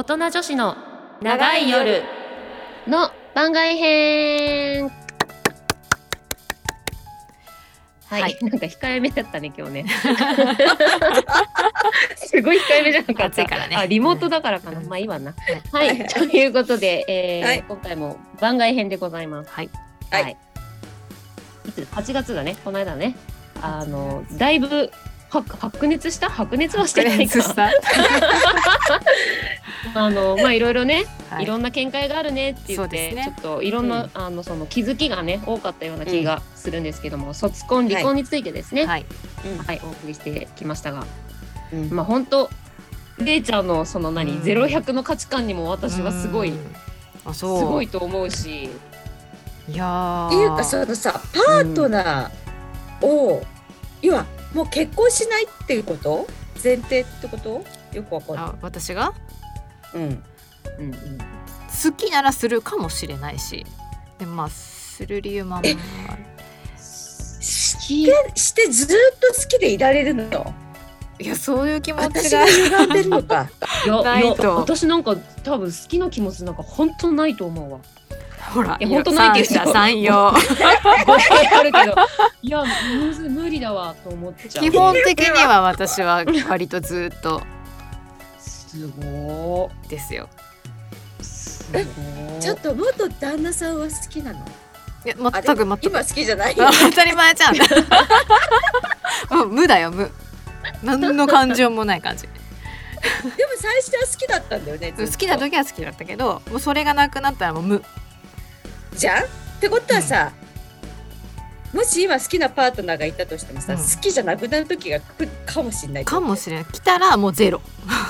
大人女子の長い夜の番外編。はい、なんか控えめだったね今日ねすごい控えめじゃなかった。 暑いからね。 リモートだからかな、まあいいわな。はい、ということで、今回も番外編でございます。はい、いつ8月だね、この間ね、だいぶ白熱はしてないかまあいろいろね、いろんな見解があるねって言って、ちょっといろんな、その気づきがね多かったような気がするんですけども、卒婚離婚についてですね、お送りしてきましたが、まあ本当れいちゃんのその0-100の価値観にも私はすごいと思うし、 いやっていうかそのさ、パートナーを要はもう結婚しないっていうこと前提ってこと？よくわかんない。 私が好きならするかもしれないし、でもまあする理由もあんまりしてずっと好きでいられるの？ いや、そういう気持ちが歪んでるのかないと。私なんか多分好きな気持ちなんか本当ないと思うわ。 ほら、 本当ないけど三様あるけど、いや無理だわと思っちゃう。 基本的には私は割とずっとすごいですよ。 ちょっと元旦那さんは好きなの？ いや、全く今好きじゃない？ 当たり前じゃん無だよ、無。何の感情もない感じでも最初は好きだったんだよね。 好きな時は好きだったけど、もうそれがなくなったらもう無じゃんってことはさ、もし今好きなパートナーがいたとしてもさ、好きじゃなくなる時が来るかもしれない。 かもしれない。来たらもうゼロ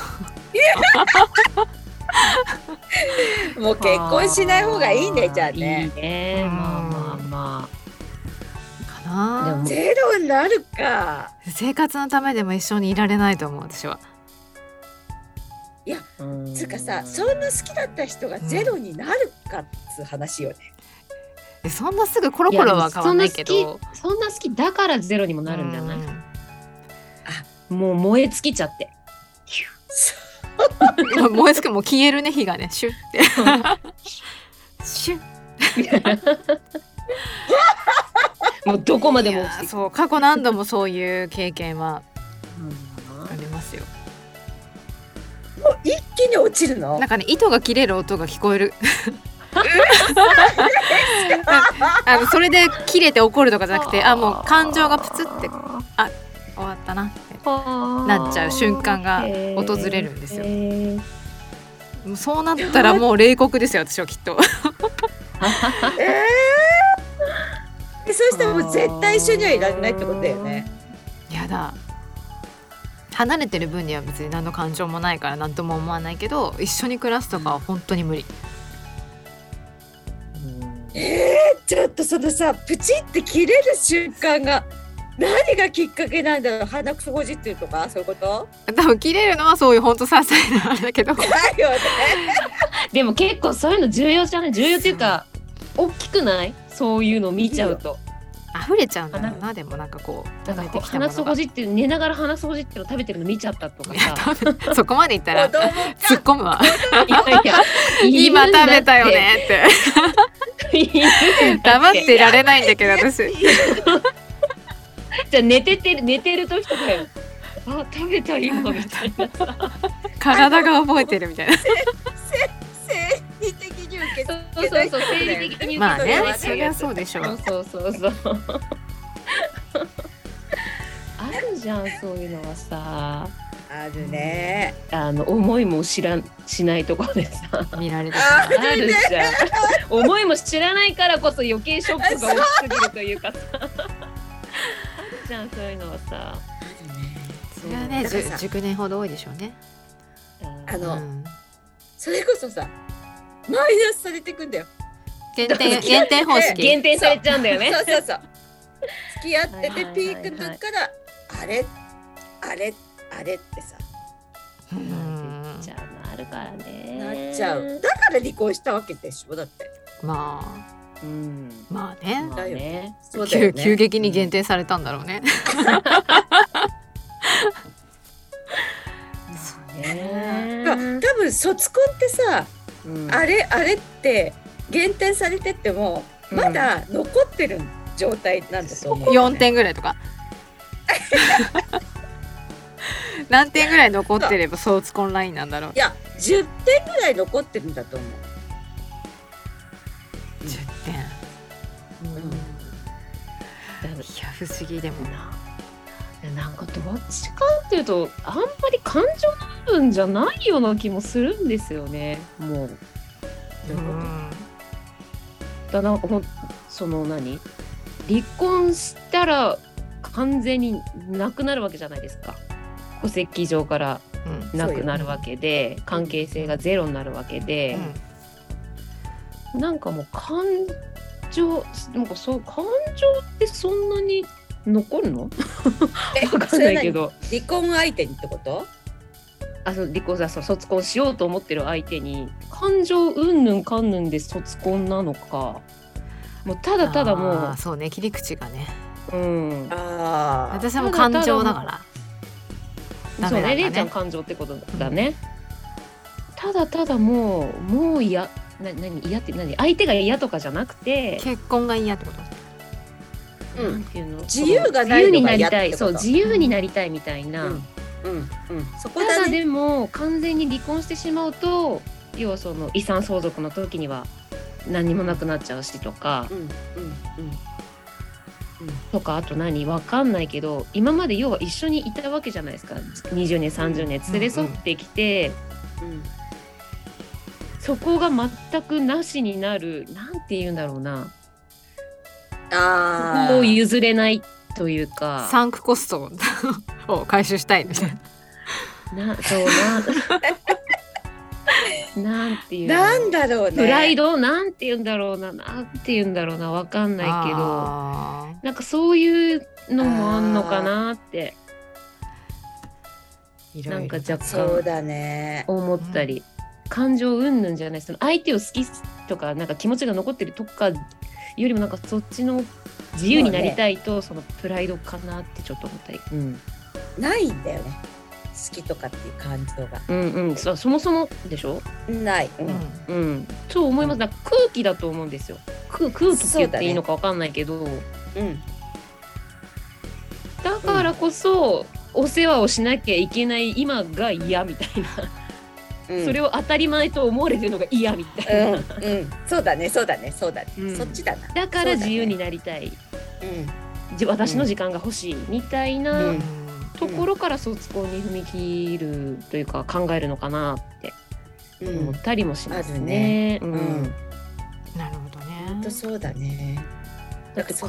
もう結婚しない方がいいね。じゃあね。 いいね。まあかな。 ゼロになるか。 生活のためでも一緒にいられないと思う、私は。 いや、つうかさ、そんな好きだった人がゼロになるかっつう話よね。 そんなすぐコロコロは変わんないけど、 そんな好きだからゼロにもなるんじゃない？もう燃え尽きちゃって燃え尽きもう消えるね、火がね、シュッてシュッもうどこまでも。 そう、過去何度もそういう経験はありますよ。 もう一気に落ちるの？ なんかね、糸が切れる音が聞こえるそれで切れて怒るとかじゃなくて、もう感情がプツって終わったなってなっちゃう瞬間が訪れるんですよ。もうそうなったらもう冷酷ですよ、私はきっとそうしたらもう絶対一緒にはいられないってことだよね。 やだ、離れてる分には別に何の感情もないから何とも思わないけど、一緒に暮らすとかは本当に無理。 ちょっとそのさ、プチって切れる瞬間が何がきっかけなんだろう？鼻くそほじってるとかそういうこと？ 多分切れるのはそういう本当些細なあれだけどだよねでも結構そういうの重要じゃない？重要っていうか大きくない？そういうの見ちゃうと溢れちゃうんだろうな。でもなんかこうなんか鼻くそほじって寝ながら鼻くそほじってるの食べてるの見ちゃったとかさそこまで言ったら突っ込むわい今食べたよねって黙ってられないんだけど私じゃあ寝てる時とかよ、食べた今みたいなさ体が覚えてるみたいな生理的に受けそう生理的に受けまあね、そりゃそうでしょう。 そうあるじゃん、そういうのはさ。 あるね。 思いもしないところでさ見られるあるじゃん思いも知らないからこそ余計ショックが大きすぎるというかさあるじゃん、そういうのはさ。 それはね、10年ほど多いでしょうね。 それこそさ、マイナスされていくんだよ。 減点方式。 減点されちゃうんだよね。 そう付き合っててピークの時からあれってさじゃあなるからね。 なっちゃう。だから離婚したわけでしょ。だってまあね、 だよね。 急激に減点されたんだろうね。 多分卒コンってさ、あれって減点されてってもまだ残ってる状態なんだと思う、 4点ぐらいとか何点ぐらい残ってれば卒コンラインなんだろう。 いや10点ぐらい残ってるんだと思う。 10点、いや不思議。でもなんかどっちかっていうとあんまり感情の部分じゃないような気もするんですよね。もうだな、その何離婚したら完全になくなるわけじゃないですか。戸籍上からなくなるわけで、関係性がゼロになるわけで、なんかもう感情ってそんなに残るの？わかんないけど。 離婚相手にってこと？ 離婚卒婚しようと思ってる相手に感情うんぬんかんぬんで卒婚なのか、もうただただもうそうね、切り口がね。 私はもう感情だから。 そうね、れいちゃん感情ってことだね。ただただもう嫌嫌って相手が嫌とかじゃなくて結婚が嫌ってこと？ なんていうの、自由がないのが嫌ってこと？ そう、自由になりたいみたいな。そこだね。ただでも完全に離婚してしまうと、要はその遺産相続の時には何もなくなっちゃうしとか、とか、あとわかんないけど、今まで要は一緒にいたわけじゃないですか。20年30年連れ添ってきて、そこが全くなしになる、なんて言うんだろうな、そこを譲れないというか、 サンクコストを回収したいみたいな。 なんていうなんだろうね、 プライドなんて言うんだろうなわかんないけど、なんかそういうのもあんのかなってなんか若干そうだね思ったり、感情うんぬんじゃない、その相手を好きとかなんか気持ちが残ってるとかよりも、なんかそっちの自由になりたいと、そのプライドかなってちょっと思ったり、 ないんだよね、好きとかっていう感情が。 そもそもでしょ、 ない、 そう思います。だから空気だと思うんですよ。空気って言っていいのか分かんないけど、だからこそ、お世話をしなきゃいけない今が嫌みたいな、それを当たり前と思われてるのが嫌みたいな、 そうだね、そっちだな。 だから自由になりたい、私の時間が欲しいみたいなところから卒婚に踏み切るというか考えるのかなって思ったりもしますね。 なるほどね。 本当そうだね。だって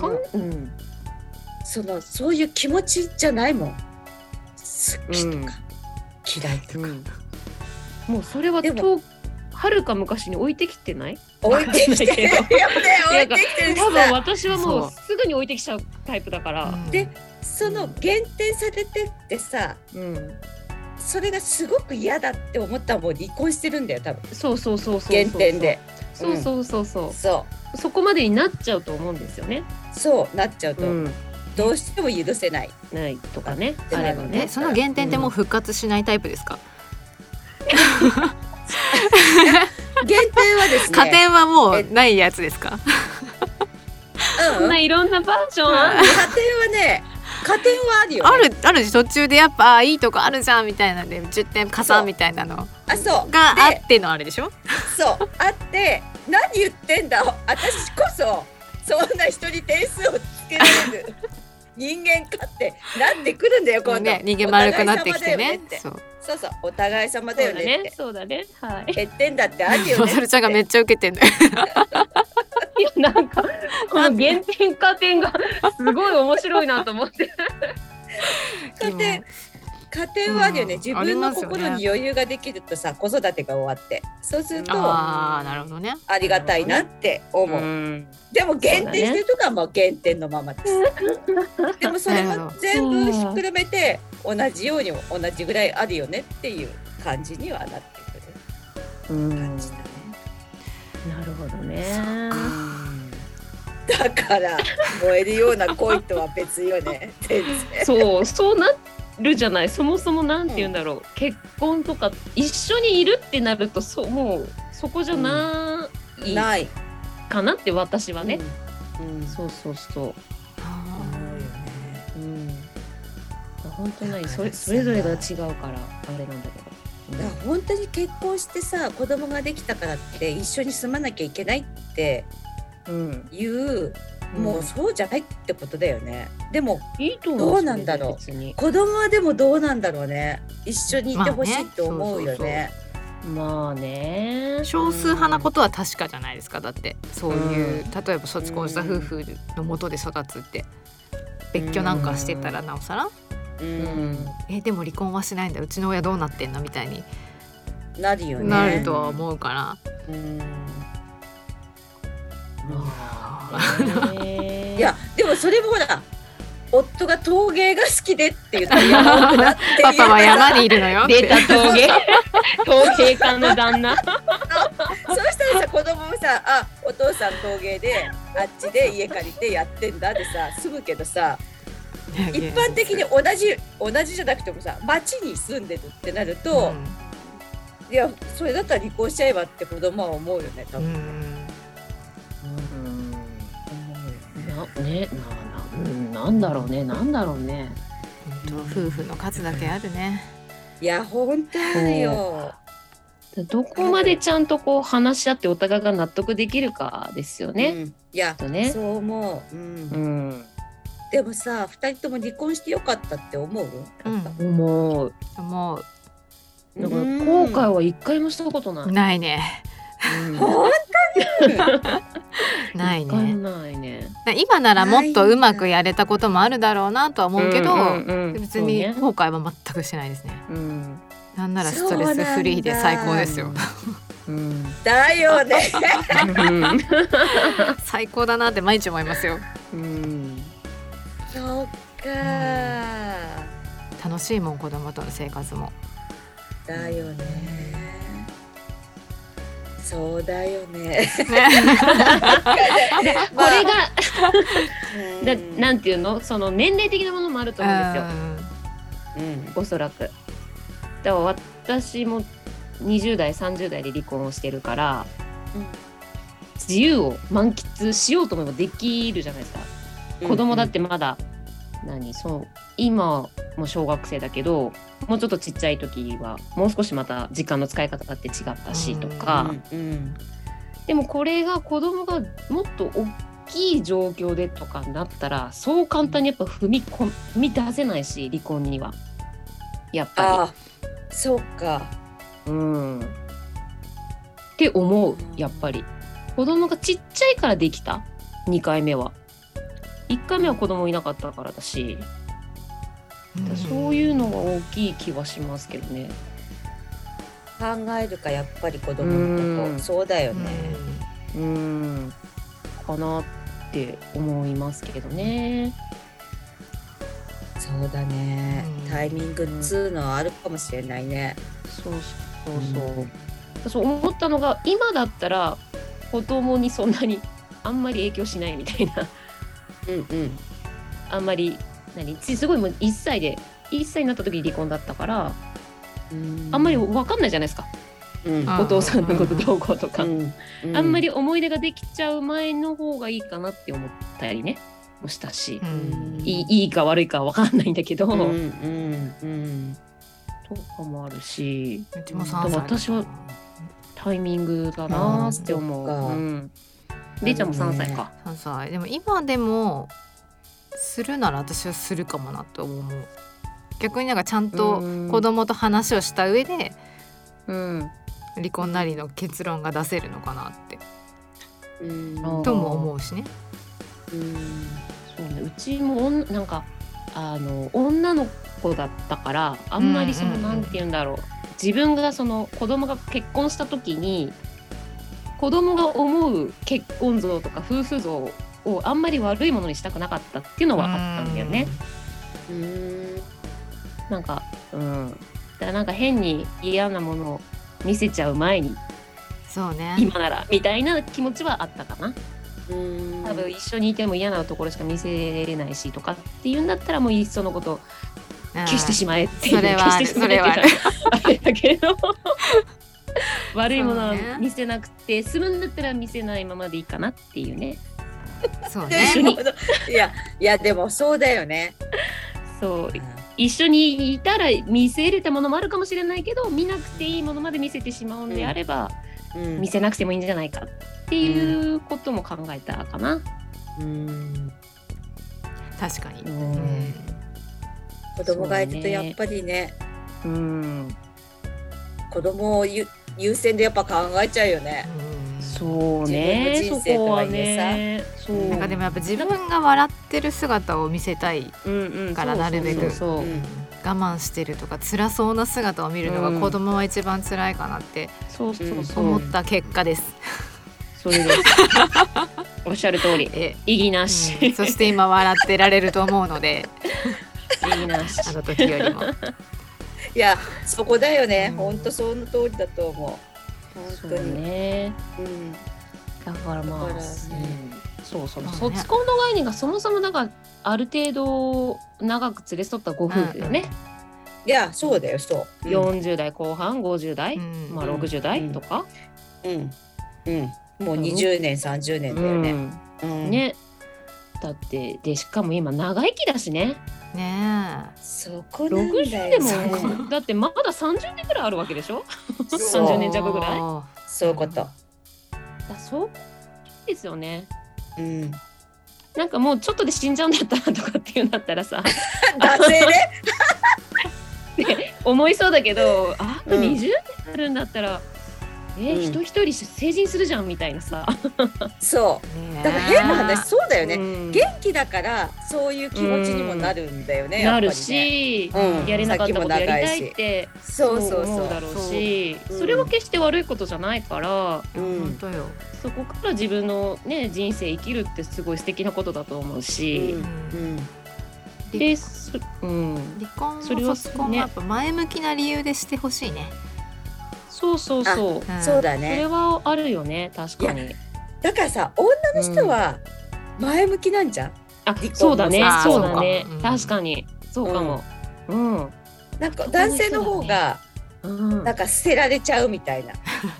そういう気持ちじゃないもん。好きとか、嫌いとか。 もうそれははるか昔に置いてきてない？ 置いてきてる。 多分私はもうすぐに置いてきちゃうタイプだから。 で、その減点されてってさ、それがすごく嫌だって思ったらもう離婚してるんだよ多分。 そう減点で。 そこまでになっちゃうと思うんですよね。 そうなっちゃうと、どうしても許せないとかね。あればね。 その減点ってもう復活しないタイプですか？ 減点はですね。 加点はもうないやつですか？ そんないろんなバージョンある。 加点はね、加点はあるよね。 ある途中でやっぱいいとこあるじゃんみたいなんで10点加算みたいなのがあってのあれでしょ？ そうあって何言ってんだ私こそそんな人に点数をつけられる人間かってなってくるんだよ今度、 ね、人間丸くなってきてね。 そうお互い様だよねって。 そうだね。はい。 減点だってあるよね。 まさるちゃんがめっちゃ受けてんだよ。 いやなんかこの減点加点がすごい面白いなと思って。 加点はあるよね、自分の心に余裕ができるとさ、子育てが終わってそうするとなるほどね、 ありがたいなって思う。でも減点してるとかはもう減点のままです。でもそれも全部ひっくるめて同じように同じぐらいあるよねっていう感じにはなってくる感じだね。 なるほどね。 だから燃えるような恋とは別よね。 そうなっるじゃない。そもそもなんて言うんだろう、結婚とか一緒にいるってなるともうそこじゃないかなって私はね、そうそうそう、本当にそれぞれが違うからあれなんだけど、 だから本当に結婚してさ子供ができたからって一緒に住まなきゃいけないっていう、もうそうじゃないってことだよね。でもどうなんだろう、子供はでもどうなんだろうね、一緒にいてほしいって思うよね。 まあね、 少数派なことは確かじゃないですか。だってそういう、例えば卒婚した夫婦の下で育つって別居なんかしてたらなおさら、でも離婚はしないんだ、うちの親どうなってんのみたいになるよね、 なるとは思うから、 いやでもそれもほら夫が陶芸が好きでって言ったら山奥だってパパは山にいるのよって出た陶芸家の旦那そうしたらさ子供もさお父さん陶芸であっちで家借りてやってんだってさ住むけどさ、一般的に同じじゃなくてもさ町に住んでるってなると、いやそれだったら離婚しちゃえばって子供は思うよね多分。 なんだろうね、 夫婦の数だけあるね。 いや本当あるよ。 どこまでちゃんとこう話し合ってお互いが納得できるかですよね。 いや、そう思う。でもさ2人とも離婚してよかったって思う？ 思う。だから後悔は一回もしたことない。 ないね。 本当にないね。 今ならもっとうまくやれたこともあるだろうなとは思うけど、別に後悔は全くしてないですね。なんならストレスフリーで最高ですよ。 だよね。 最高だなって毎日思いますよ。 そっか、 楽しいもん子供との生活も。 だよね。そうだよね。 これがなんていうの、その年齢的なものもあると思うんですよ。おそらく。だから私も20代30代で離婚をしてるから、自由を満喫しようと思えばできるじゃないですか。子供だってまだ今も小学生だけど、もうちょっとちっちゃい時はもう少しまた時間の使い方だって違ったしとか、でもこれが子供がもっと大きい状況でとかになったら、そう簡単にやっぱ踏み出せないし、離婚にはやっぱり。 そうか。 って思う。やっぱり子供がちっちゃいからできた。2回目は1回目は子供いなかったからだし、そういうのが大きい気はしますけどね。 考えるかやっぱり子供のこと。そうだよね。 かなって思いますけどね。 そうだね。タイミングっつうのはあるかもしれないね。 そう思ったのが、今だったら子供にそんなにあんまり影響しないみたいな。あんまりすごいもう1歳になった時に離婚だったから、あんまり分かんないじゃないですか。お父さんのことどうこうとか、あんまり思い出ができちゃう前の方がいいかなって思ったりねもしたし、いいか悪いかは分かんないんだけど、とかもあるし、私はタイミングだなって思う。れいちゃんも3歳か。 3歳でも今でもするなら私はするかもなと思う。逆にちゃんと子供と話をした上で、離婚なりの結論が出せるのかなってとも思うしね。 そうね、うちも女の子だったから、あんまりなんて言うんだろう、自分が子供が結婚した時に子供が思う結婚像とか夫婦像をあんまり悪いものにしたくなかったっていうのはあったんだよね。だから変に嫌なものを見せちゃう前に、 そうね、 今ならみたいな気持ちはあったかな。多分一緒にいても嫌なところしか見せれないしとかっていうんだったら、もういっそのこと消してしまえっていう。 それはある、それはある。 あれだけど悪いものは見せなくて済むんだったら見せないままでいいかなっていうね。 そうね。 いやでもそうだよね。 そう、一緒にいたら見せれたものもあるかもしれないけど、見なくていいものまで見せてしまうんであれば、見せなくてもいいんじゃないかっていうことも考えたかな。 確かに。 子供がいるとやっぱりね、子供を優先でやっぱ考えちゃうよね。 そうね、 自分の人生とはいえさ、なんかでもやっぱ自分が笑ってる姿を見せたいからなるべく我慢してるとか辛そうな姿を見るのが子供は一番辛いかなって思った結果です。 それです。おっしゃる通り、異議なし。 そして今笑ってられると思うので、 異議なし。 あの時よりも。 いや、そこだよね。本当その通りだと思う。本当にね。だからまあ、そう卒婚の概念がそもそもなんかある程度長く連れ添ったご夫婦よね。 いや、そうだよ、そう。 40代後半、50代、まあ60代とか。 もう20年、30年だよね。 ね。だってでしかも今長生きだしね。 ねえ。そこなんだよ。 60でもだってまだ30年ぐらいあるわけでしょ。30年弱ぐらい。 そういうこと。 そうですよね。なんかもうちょっとで死んじゃうんだったらとかっていうんだったらさ、 男性でって思いそうだけど、あと20年あるんだったら。人一人成人するじゃんみたいなさ。 そうだから変な話、そうだよね。元気だからそういう気持ちにもなるんだよね。 なるし、やれなかったことやりたいって思うだろうし、それは決して悪いことじゃないから、 本当よ。 そこから自分のね人生生きるってすごい素敵なことだと思うし。で、 離婚も卒婚もやっぱ前向きな理由でしてほしいね。 そうそうそう。 そうだね。 それはあるよね、確かに。 だからさ、女の人は前向きなんじゃん。 そうだね、そうだね。確かに。そうかも。 なんか男性の方がなんか捨てられちゃうみたいな。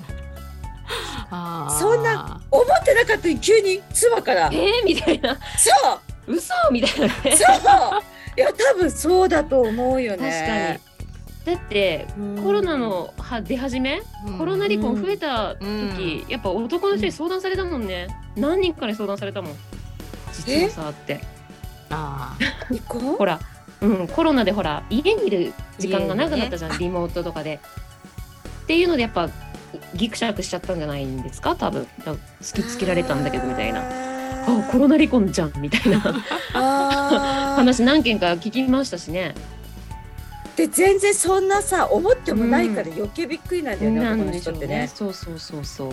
そんな思ってなかったのに急に妻からみたいな。 そう。 嘘みたいなね。そう。 いや多分そうだと思うよね。 確かに。だってコロナの出始め、コロナ離婚増えた時、やっぱ男の人に相談されたもんね。何人かに相談されたもん。実はさって。 離婚？ ほら、コロナでほら家にいる時間が長くなったじゃん、リモートとかで。っていうのでやっぱギクシャクしちゃったんじゃないんですか、多分。突きつけられたんだけどみたいな。コロナ離婚じゃんみたいな話何件か聞きましたしね。 で全然そんなさ思ってもないから余計びっくりなんだよね、男の人ってね。 そうそうそうそう。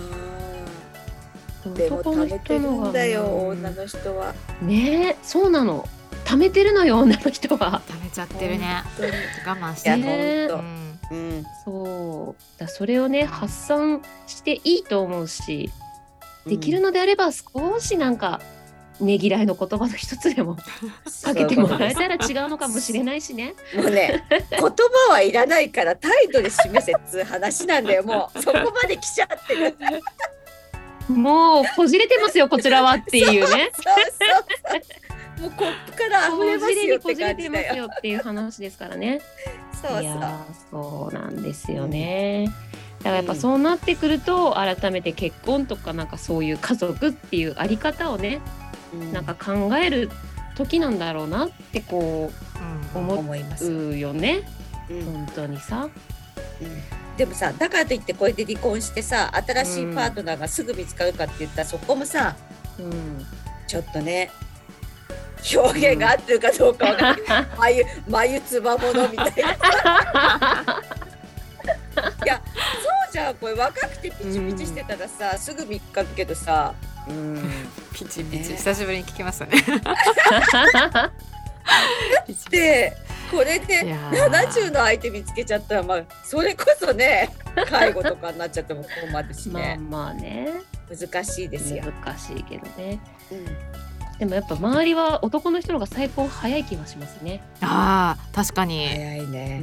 でも貯めてるんだよ女の人は。ね、 そうなの。貯めてるのよ女の人は。 貯めちゃってるね。我慢してね。そうだ、それをね発散していいと思うし、できるのであれば少しなんかねぎらいの言葉の一つでもかけてもらえたら違うのかもしれないしね。 もうね、言葉はいらないから態度で示せっつう話なんだよ。もうそこまで来ちゃってる。 もうこじれてますよこちらはっていうね。 もうコップから溢れますよって感じだよ。 っていう話ですからね。いやそうなんですよね。だからやっぱそうなってくると改めて結婚とかなんかそういう家族っていうあり方をね、なんか考える時なんだろうなってこう思うよね。本当にさ。 でもさ、だからといってこれで離婚してさ、新しいパートナーがすぐ見つかるかって言ったらそこもさ、ちょっとね表現が合ってるかどうかわかんない。眉つばものみたいな。いやそうじゃん、これ若くてピチピチしてたらさ、すぐ見つかるけどさ。 ピチピチ、久しぶりに聞きましたね。 でこれで70の相手見つけちゃったら、まあそれこそね介護とかになっちゃっても困るしね。 まあね、 難しいですよ。 難しいけどね。 でもやっぱ周りは男の人の方が再婚早い気がしますね。 ああ、確かに早いね。 うん、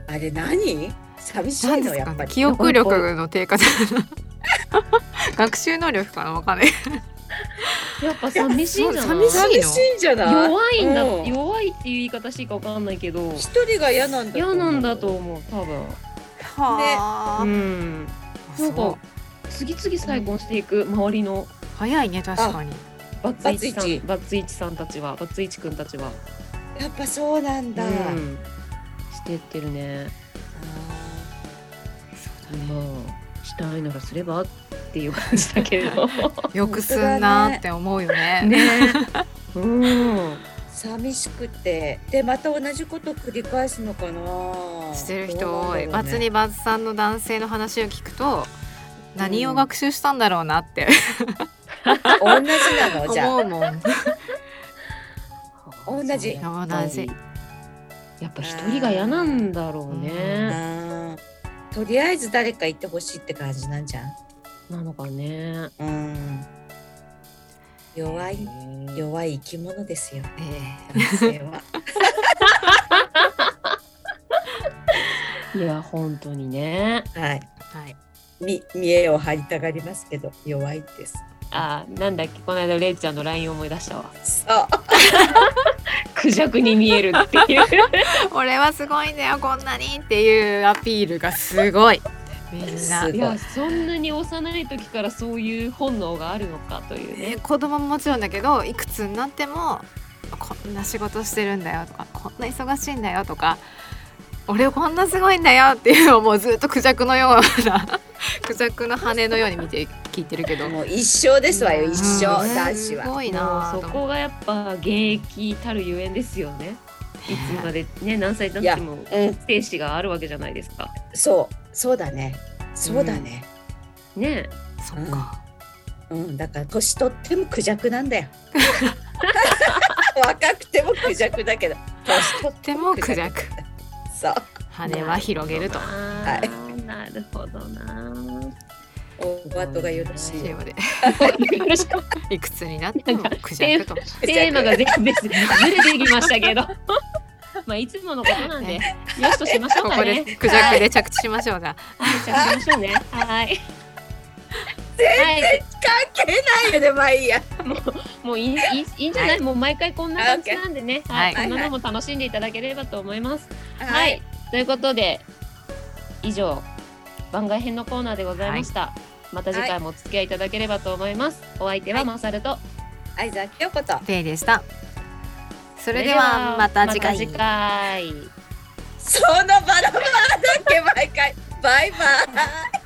あれ何？寂しいのやっぱり。 記憶力の低下学習能力かな、わかんない。 やっぱ寂しいんじゃない？ 寂しいんじゃない？ 弱いんだ、弱いっていう言い方しいかわかんないけど、 一人が嫌なんだと思う多分。 はあ、 ね、なんか次々再婚していく周りの。 早いね、確かに。 バツイチさんたちは、バツイチくんたちはやっぱそうなんだ、 してってるね。したいならすればっていう感じだけどよくすんなって思うよね。 寂しくて、でまた同じこと繰り返すのかな。 してる人多い。バツにバツさんの男性の話を聞くと、何を学習したんだろうなって同じなの？じゃあ思うもん。 同じ。 やっぱ一人が嫌なんだろうね。 とりあえず誰かいてほしいって感じなんじゃん。 なのかね。 弱い生き物ですよ。男性は。 いや本当にね。 はい。見栄を張りたがりますけど弱いです。 なんだっけ、この間レイちゃんの LINE 思い出したわ。 そうクジャクに見えるっていう俺はすごいんだよこんなにっていうアピールがすごい。みんな。 いやそんなに幼い時からそういう本能があるのかというね。 子供ももちろんだけど、いくつになってもこんな仕事してるんだよとか、こんな忙しいんだよとか、俺こんなすごいんだよっていうのをもうずっとクジャクのようなクジャクの羽のように見て聞いてるけど、 もう一生ですわよ、一生。男子はすごいな。 そこがやっぱ現役たるゆえんですよね。いつまでね、何歳経っても生死があるわけじゃないですか。 そうだね。 ね。 そっか。 だから年取ってもクジャクなんだよ。若くてもクジャクだけど、年取ってもクジャク。そう。 羽は広げると。 なるほどな。 お後がよろしいようで。 いくつになってもクジャクと。 テーマが全然ずれてきましたけど。まあいつものことなんで、よしとしましょうかね。 ここでクジャクで着地しましょうが。 着地しましょうね。はい。 全然関係ないよね、まあいいや。 もういいんじゃない？もう毎回こんな感じなんでね。はい。こんなのも楽しんでいただければと思います。はい。ということで以上番外編のコーナーでございました。また次回もお付き合いいただければと思います。お相手はマサルと相沢京子とペイでした。それではまた次回。 そのバラバラだっけ毎回。バイバイ。